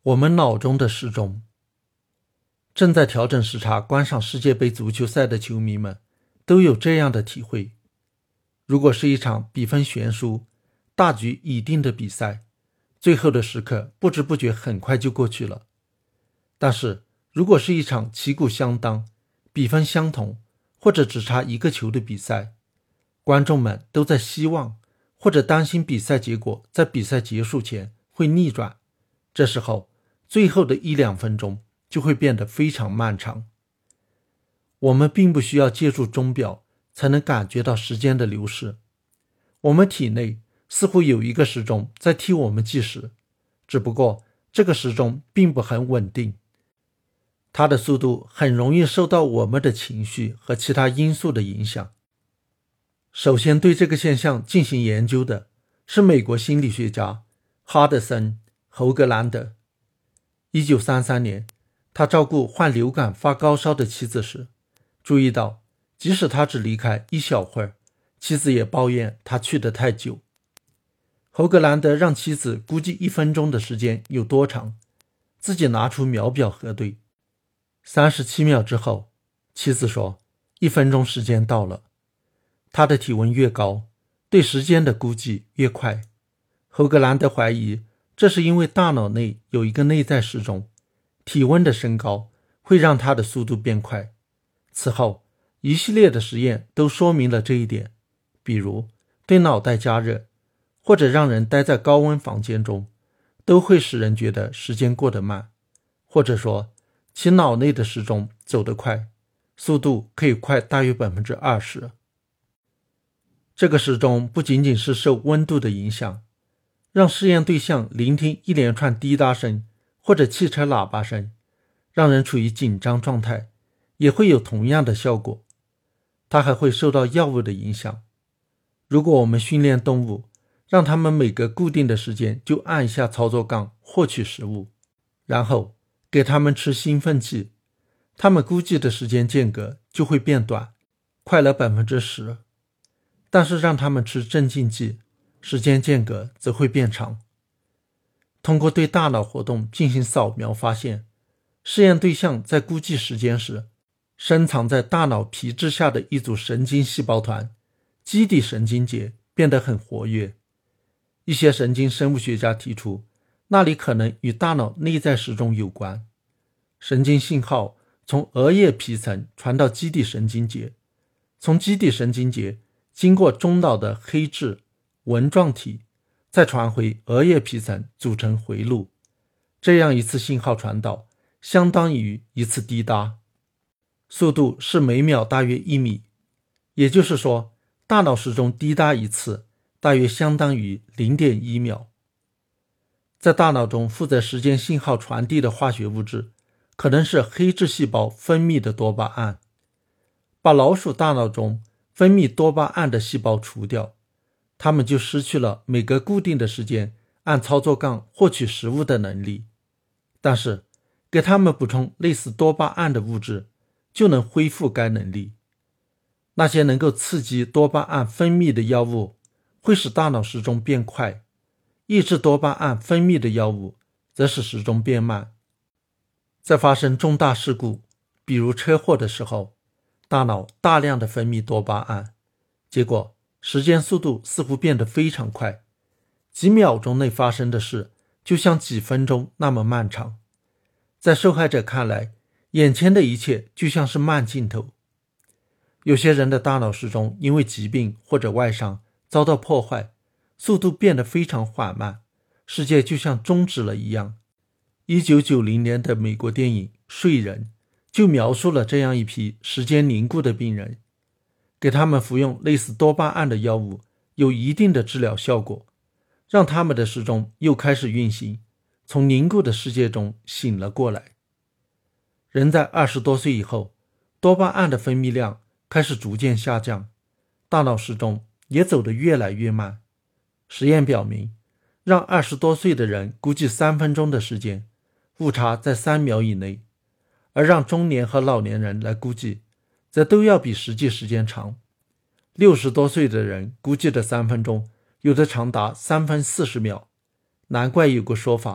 我们脑中的时钟。正在调整时差观赏世界杯足球赛的球迷们都有这样的体会。如果是一场比分悬殊、大局已定的比赛，最后的时刻不知不觉很快就过去了。但是如果是一场旗鼓相当、比分相同或者只差一个球的比赛，观众们都在希望或者担心比赛结果在比赛结束前会逆转，这时候最后的1-2分钟就会变得非常漫长。我们并不需要借助钟表才能感觉到时间的流逝，我们体内似乎有一个时钟在替我们计时，只不过这个时钟并不很稳定，它的速度很容易受到我们的情绪和其他因素的影响。首先对这个现象进行研究的是美国心理学家哈德森·侯格兰德。1933年，他照顾患流感发高烧的妻子时，注意到即使他只离开一小会儿，妻子也抱怨他去得太久。侯格兰德让妻子估计1分钟的时间有多长，自己拿出秒表核对。37秒之后，妻子说1分钟时间到了。他的体温越高，对时间的估计越快。侯格兰德怀疑这是因为大脑内有一个内在时钟，体温的升高会让它的速度变快。此后一系列的实验都说明了这一点，比如对脑袋加热或者让人待在高温房间中，都会使人觉得时间过得慢，或者说其脑内的时钟走得快，速度可以快大约 20%。 这个时钟不仅仅是受温度的影响，让试验对象聆听一连串滴答声或者汽车喇叭声，让人处于紧张状态，也会有同样的效果。它还会受到药物的影响。如果我们训练动物，让它们每隔固定的时间就按一下操作杠获取食物，然后给它们吃兴奋剂，它们估计的时间间隔就会变短，快了 10%。 但是让它们吃镇静剂，时间间隔则会变长。通过对大脑活动进行扫描发现，试验对象在估计时间时，深藏在大脑皮质下的一组神经细胞团基底神经节变得很活跃。一些神经生物学家提出，那里可能与大脑内在时钟有关。神经信号从额叶皮层传到基底神经节，从基底神经节经过中脑的黑质纹状体，再传回额叶皮层组成回路。这样一次信号传导相当于一次滴答，速度是每秒大约1米，也就是说大脑时钟滴答一次大约相当于 0.1 秒。在大脑中负责时间信号传递的化学物质可能是黑质细胞分泌的多巴胺。把老鼠大脑中分泌多巴胺的细胞除掉，它们就失去了每隔固定的时间按操作杠获取食物的能力。但是给它们补充类似多巴胺的物质，就能恢复该能力。那些能够刺激多巴胺分泌的药物会使大脑时钟变快，抑制多巴胺分泌的药物则使时钟变慢。在发生重大事故，比如车祸的时候，大脑大量的分泌多巴胺，结果时间速度似乎变得非常快，几秒钟内发生的事就像几分钟那么漫长。在受害者看来，眼前的一切就像是慢镜头。有些人的大脑时钟因为疾病或者外伤遭到破坏，速度变得非常缓慢，世界就像终止了一样。1990年的美国电影《睡人》就描述了这样一批时间凝固的病人，给他们服用类似多巴胺的药物有一定的治疗效果，让他们的时钟又开始运行，从凝固的世界中醒了过来。人在20多岁以后，多巴胺的分泌量开始逐渐下降，大脑时钟也走得越来越慢。实验表明，让20多岁的人估计3分钟的时间，误差在3秒以内，而让中年和老年人来估计，则都要比实际时间长。60多岁的人估计的3分钟，有的长达3分40秒。难怪有个说法，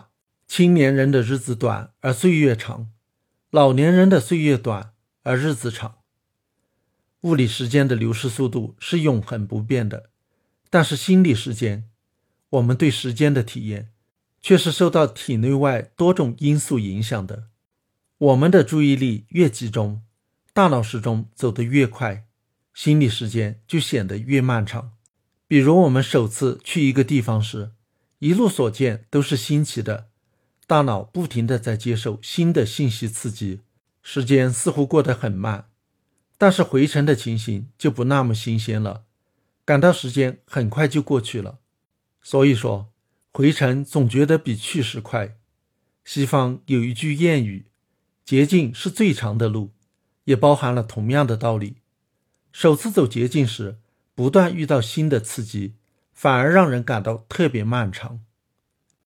青年人的日子短而岁月长，老年人的岁月短而日子长。物理时间的流逝速度是永恒不变的，但是心理时间，我们对时间的体验却是受到体内外多种因素影响的。我们的注意力越集中，大脑时钟走得越快，心理时间就显得越漫长。比如我们首次去一个地方时，一路所见都是新奇的，大脑不停地在接受新的信息刺激，时间似乎过得很慢。但是回程的情形就不那么新鲜了，感到时间很快就过去了。所以说，回程总觉得比去时快。西方有一句谚语，捷径是最长的路，也包含了同样的道理。首次走捷径时，不断遇到新的刺激，反而让人感到特别漫长。